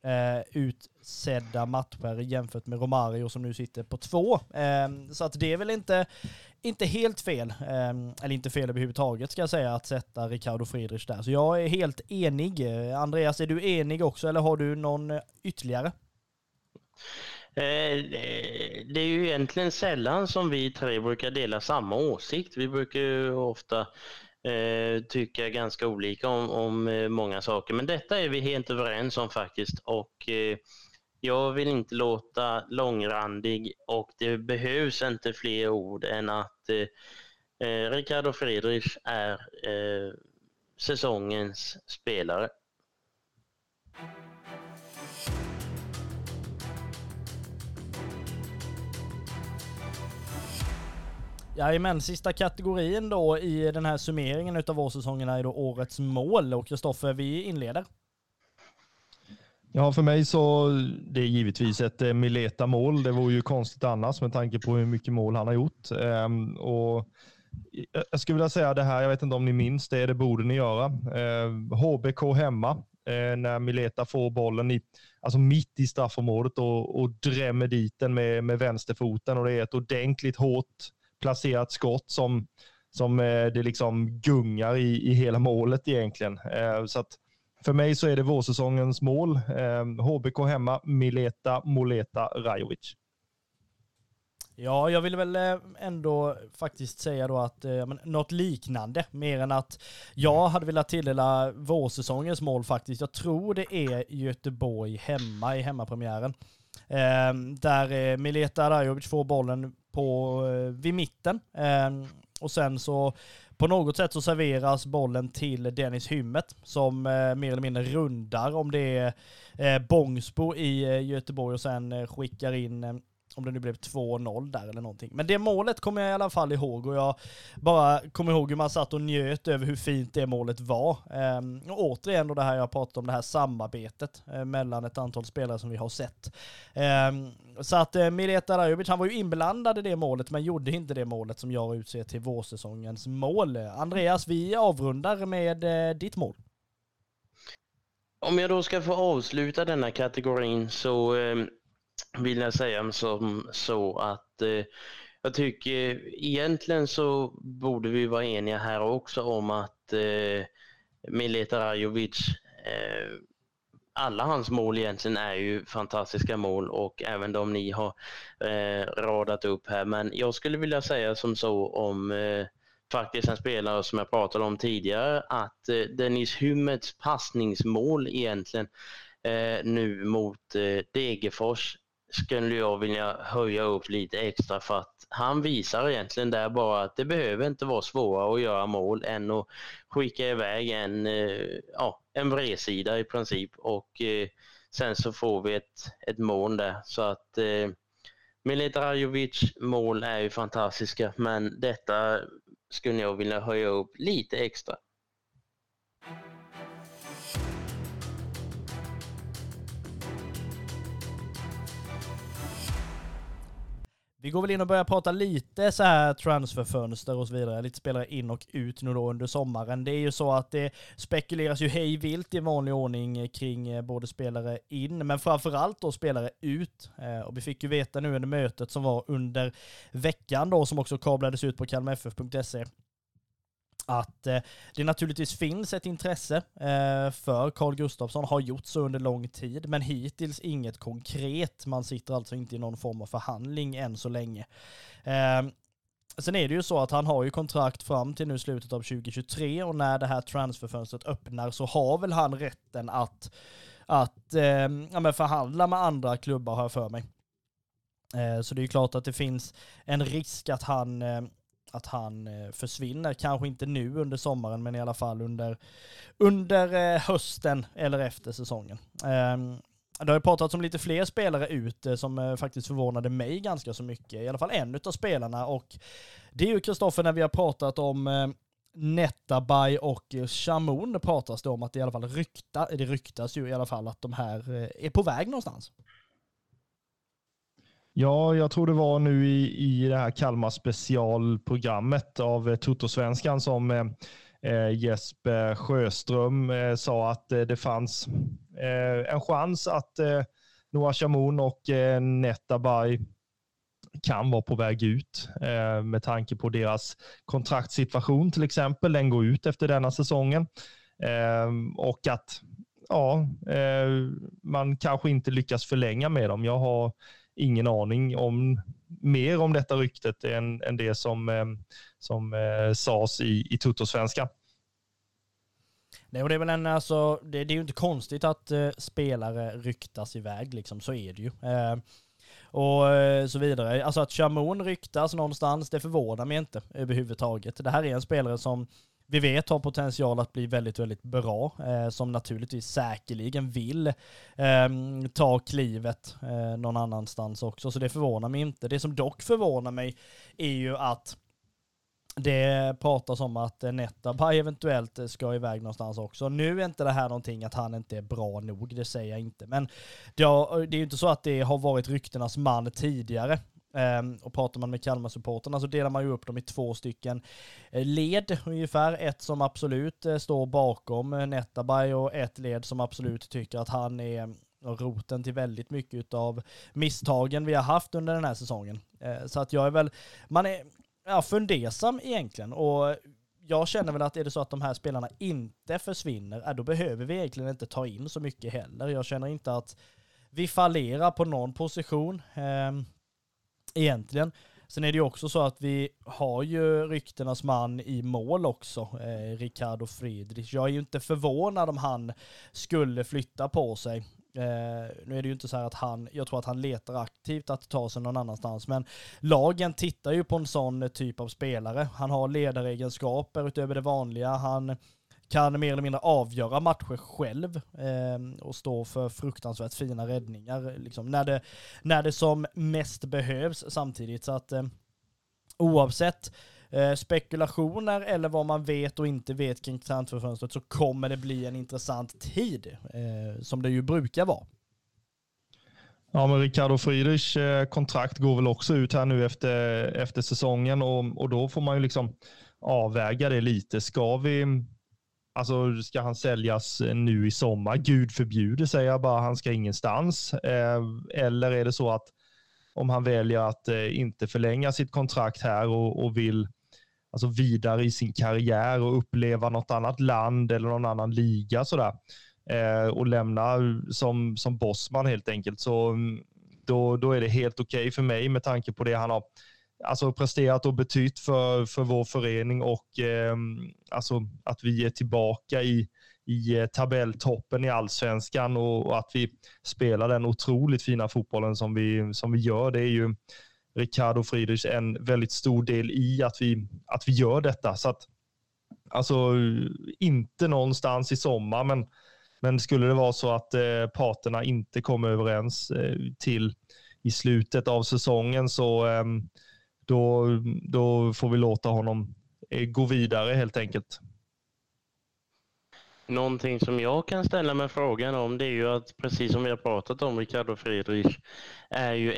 A: utsedda matcher jämfört med Romario som nu sitter på 2. Så att det är väl inte helt fel, eller inte fel överhuvudtaget ska jag säga, att sätta Ricardo Friedrich där. Så jag är helt enig. Andreas, är du enig också eller har du någon ytterligare?
D: Det är ju egentligen sällan som vi 3 brukar dela samma åsikt. Vi brukar ju ofta tycka ganska olika om många saker, men detta är vi helt överens om faktiskt, och jag vill inte låta långrandig, och det behövs inte fler ord än att Ricardo Friedrich är säsongens spelare.
A: Jajamän, sista kategorin då i den här summeringen utav vårsäsongen är då årets mål. Och Kristoffer, vi inleder.
C: Ja, för mig så det är givetvis ett Mileta-mål. Det vore ju konstigt annars med tanke på hur mycket mål han har gjort. Och jag skulle vilja säga det här, jag vet inte om ni minns det borde ni göra. HBK hemma, när Mileta får bollen alltså mitt i straffområdet och drämmer dit den med vänsterfoten. Och det är ett ordentligt hårt placerat skott som det liksom gungar i hela målet egentligen. Så att för mig så är det vårsäsongens mål. HBK hemma, Mileta, Moleta, Rajovic.
A: Ja, jag vill väl ändå faktiskt säga då att något liknande, mer än att jag hade velat tilldela vårsäsongens mål faktiskt. Jag tror det är Göteborg hemma i hemmapremiären. Där Mileta Rajovic får bollen vid mitten. Och sen så på något sätt så serveras bollen till Dennis Hymmet som mer eller mindre rundar om det är Bångsbo i Göteborg och sen skickar in om det nu blev 2-0 där eller någonting. Men det målet kommer jag i alla fall ihåg och jag bara kommer ihåg hur man satt och njöt över hur fint det målet var. Och återigen då det här jag pratat om, det här samarbetet mellan ett antal spelare som vi har sett. Så att Mileta Rajovic, han var ju inblandad i det målet men gjorde inte det målet som jag utser till vårsäsongens mål. Andreas, vi avrundar med ditt mål.
D: Om jag då ska få avsluta denna kategorin så vill jag säga som så att jag tycker egentligen så borde vi vara eniga här också om att Mileta Rajovic, alla hans mål egentligen är ju fantastiska mål och även de ni har radat upp här. Men jag skulle vilja säga som så om faktiskt en spelare som jag pratade om tidigare, att Dennis Hymmets passningsmål egentligen nu mot Degerfors skulle jag vilja höja upp lite extra, för att han visar egentligen där bara att det behöver inte vara svårare att göra mål än att skicka iväg en bredsida i princip och sen så får vi ett mål där. Så att Mileta Rajovic mål är ju fantastiska, men detta skulle jag vilja höja upp lite extra.
A: Vi går väl in och börjar prata lite så här transferfönster och så vidare. Lite spelare in och ut nu då under sommaren. Det är ju så att det spekuleras ju hej vilt i vanlig ordning kring både spelare in, men framförallt då spelare ut. Och vi fick ju veta nu under mötet som var under veckan då, som också kablades ut på kalmarff.se, att det naturligtvis finns ett intresse för Carl Gustafsson, har gjort så under lång tid, men hittills inget konkret. Man sitter alltså inte i någon form av förhandling än så länge. Sen är det ju så att han har ju kontrakt fram till nu slutet av 2023 och när det här transferfönstret öppnar så har väl han rätten att förhandla med andra klubbar, har jag för mig. Så det är ju klart att det finns en risk att han försvinner. Kanske inte nu under sommaren, men i alla fall under hösten eller efter säsongen. Det har ju pratats om lite fler spelare ut som faktiskt förvånade mig ganska så mycket. I alla fall en av spelarna, och det är ju Kristoffer, när vi har pratat om Netabay och Chamoun pratas det om att det i alla fall ryktas ju i alla fall att de här är på väg någonstans.
C: Ja, jag tror det var nu i det här Kalmar specialprogrammet av Toto-svenskan som Jesper Sjöström sa att det fanns en chans att Noah Chamoun och Netabay kan vara på väg ut med tanke på deras kontraktssituation till exempel. Den går ut efter denna säsongen och att man kanske inte lyckas förlänga med dem. Jag har ingen aning om mer om detta ryktet än det som sades i Toto-svenska.
A: Nej, och det är väl det är ju inte konstigt att spelare ryktas iväg, liksom, så är det ju. Och så vidare. Alltså att Chamoun ryktas någonstans, det förvånar mig inte överhuvudtaget. Det här är en spelare som vi vet har potential att bli väldigt, väldigt bra. Som naturligtvis säkerligen vill ta klivet någon annanstans också. Så det förvånar mig inte. Det som dock förvånar mig är ju att Det pratas om att Netabay eventuellt ska iväg någonstans också. Nu är inte det här någonting att han inte är bra nog, det säger jag inte. Men det är ju inte så att det har varit ryktenas man tidigare. Och pratar man med Kalmar-supporterna så delar man ju upp dem i 2 stycken led ungefär. Ett som absolut står bakom Netabay och ett led som absolut tycker att han är roten till väldigt mycket av misstagen vi har haft under den här säsongen. Så att man är fundersam egentligen, och jag känner väl att är det så att de här spelarna inte försvinner, då behöver vi egentligen inte ta in så mycket heller. Jag känner inte att vi fallerar på någon position egentligen. Sen är det ju också så att vi har ju ryktenas man i mål också, Ricardo Friedrich. Jag är ju inte förvånad om han skulle flytta på sig. Nu är det ju inte så här att jag tror att han letar aktivt att ta sig någon annanstans, men lagen tittar ju på en sån typ av spelare. Han har ledaregenskaper utöver det vanliga. Han kan mer eller mindre avgöra matcher själv och stå för fruktansvärt fina räddningar liksom, när det som mest behövs samtidigt. Så att oavsett spekulationer eller vad man vet och inte vet kring transferfönstret så kommer det bli en intressant tid som det ju brukar vara.
C: Ja, men Ricardo Friedrichs kontrakt går väl också ut här nu efter säsongen, och då får man ju liksom avväga det lite. Ska han säljas nu i sommar? Gud förbjuder, säger jag bara. Han ska ingenstans. Eller är det så att om han väljer att inte förlänga sitt kontrakt här och vill vidare i sin karriär och uppleva något annat land eller någon annan liga sådär, och lämna som bossman helt enkelt, så då är det helt okej för mig med tanke på det han har presterat och betytt för vår förening, och att vi är tillbaka i tabelltoppen i allsvenskan och att vi spelar den otroligt fina fotbollen som vi gör. Det är ju Ricardo Friedrich en väldigt stor del i att vi gör detta. Så att inte någonstans i sommar, men skulle det vara så att parterna inte kommer överens till i slutet av säsongen, så då får vi låta honom gå vidare helt enkelt.
D: Någonting som jag kan ställa mig frågan om, det är ju att precis som vi har pratat om, Ricardo Friedrich är ju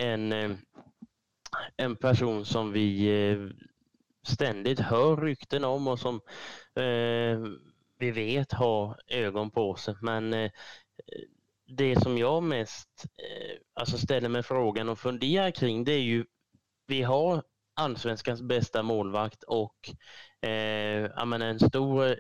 D: en person som vi ständigt hör rykten om och som vi vet har ögon på sig. Men det som jag mest ställer mig frågan och funderar kring, det är ju, vi har allsvenskans bästa målvakt och en stor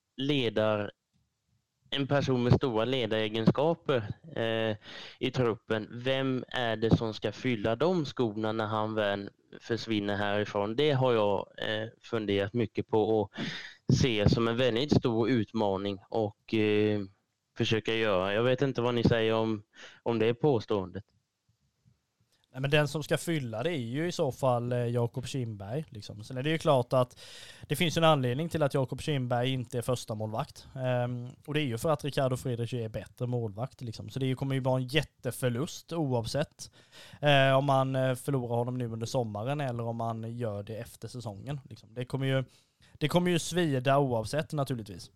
D: en person med stora ledaregenskaper i truppen. Vem är det som ska fylla de skorna när han väl försvinner härifrån? Det har jag funderat mycket på och ser som en väldigt stor utmaning och försöka göra. Jag vet inte vad ni säger om det påståendet.
A: Nej, men den som ska fylla det är ju i så fall Jakob Kindberg. Liksom. Sen är det ju klart att det finns en anledning till att Jakob Kindberg inte är första målvakt. Och det är ju för att Ricardo Friedrich är bättre målvakt. Liksom. Så det kommer ju vara en jätteförlust oavsett om man förlorar honom nu under sommaren eller om man gör det efter säsongen. Liksom. Det kommer ju svida oavsett naturligtvis.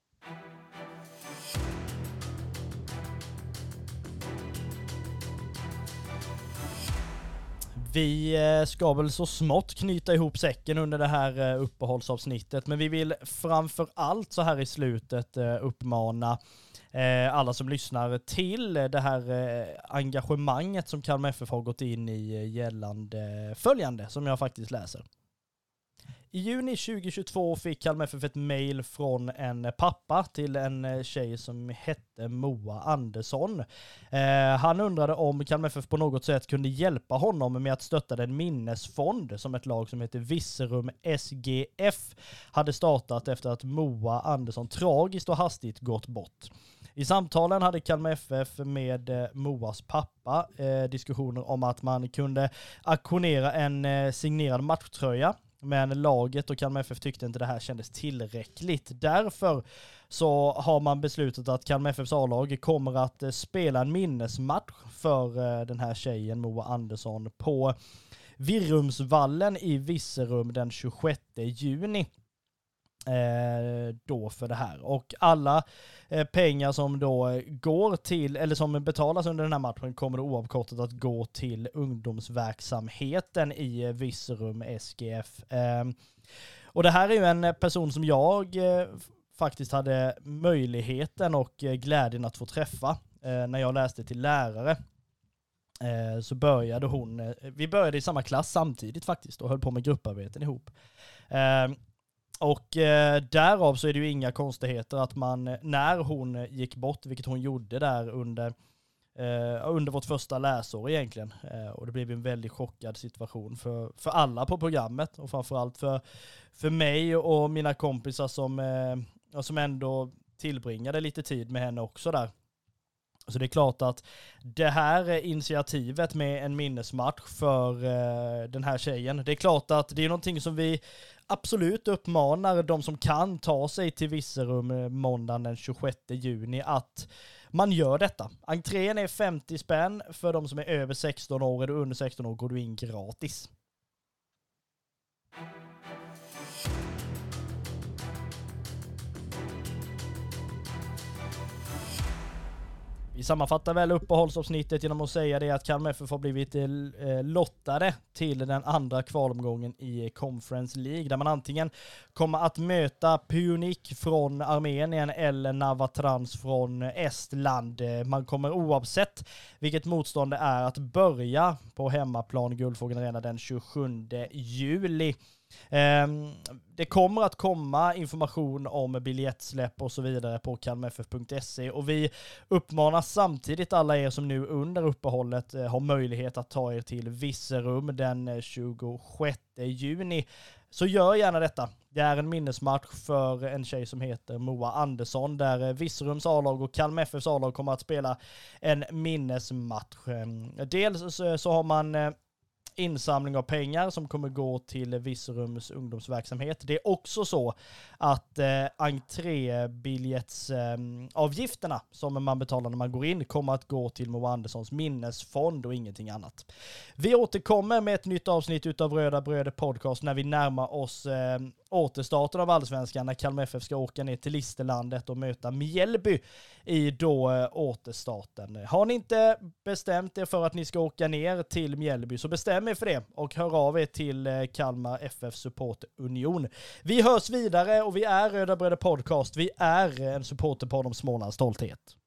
A: Vi ska väl så smått knyta ihop säcken under det här uppehållsavsnittet, men vi vill framför allt så här i slutet uppmana alla som lyssnar till det här engagemanget som Kalmar FF har gått in i gällande följande, som jag faktiskt läser. I juni 2022 fick Kalmar FF ett mejl från en pappa till en tjej som hette Moa Andersson. Han undrade om Kalmar FF på något sätt kunde hjälpa honom med att stötta den minnesfond som ett lag som heter Virserum SGF hade startat efter att Moa Andersson tragiskt och hastigt gått bort. I samtalen hade Kalmar FF med Moas pappa diskussioner om att man kunde auktionera en signerad matchtröja. Men laget och Kalmar FF tyckte inte det här kändes tillräckligt. Därför så har man beslutat att Kalmar FFs A-lag kommer att spela en minnesmatch för den här tjejen Moa Andersson på Virrumsvallen i Virserum den 26 juni. Då för det här. Och alla pengar som då går till, eller som betalas under den här matchen, kommer då oavkortat att gå till ungdomsverksamheten i Virserum SGF. Och det här är ju en person som jag faktiskt hade möjligheten och glädjen att få träffa när jag läste till lärare. Så började vi började i samma klass samtidigt faktiskt och höll på med grupparbeten ihop. Och därav så är det ju inga konstigheter att man, när hon gick bort, vilket hon gjorde där under vårt första läsår egentligen, och det blev en väldigt chockad situation för alla på programmet och framförallt för mig och mina kompisar som ändå tillbringade lite tid med henne också där. Så det är klart att det här initiativet med en minnesmatch för den här tjejen, det är klart att det är någonting som vi absolut uppmanar de som kan ta sig till Virserum måndagen den 26 juni att man gör detta. Entrén är 50 spänn för de som är över 16 år, och under 16 år går du in gratis. Vi sammanfattar väl uppehållsavsnittet genom att säga det att Kalmar FF har blivit lottade till den andra kvalomgången i Conference League, där man antingen kommer att möta Pjunik från Armenien eller Navatrans från Estland. Man kommer oavsett vilket motstånd det är att börja på hemmaplan Guldfågeln Arena den 27 juli. Det kommer att komma information om biljettsläpp och så vidare på kalmarff.se, och vi uppmanar samtidigt alla er som nu under uppehållet har möjlighet att ta er till Virserum den 26 juni. Så gör gärna detta. Det är en minnesmatch för en tjej som heter Moa Andersson, där Virserums A-lag och Kalmar FFs A-lag kommer att spela en minnesmatch. Dels så har man insamling av pengar som kommer gå till Virserums ungdomsverksamhet. Det är också så att entrébiljettsavgifterna som man betalar när man går in kommer att gå till Moa Anderssons minnesfond och ingenting annat. Vi återkommer med ett nytt avsnitt utav Röda Bröder podcast när vi närmar oss återstarten av Allsvenskan, när Kalmar FF ska åka ner till Listerlandet och möta Mjällby i då återstarten. Har ni inte bestämt er för att ni ska åka ner till Mjällby, så bestäm er för det och hör av er till Kalmar FF Support Union. Vi hörs vidare, och vi är Röda Bröder podcast. Vi är en supporterpodd om Smålands stolthet.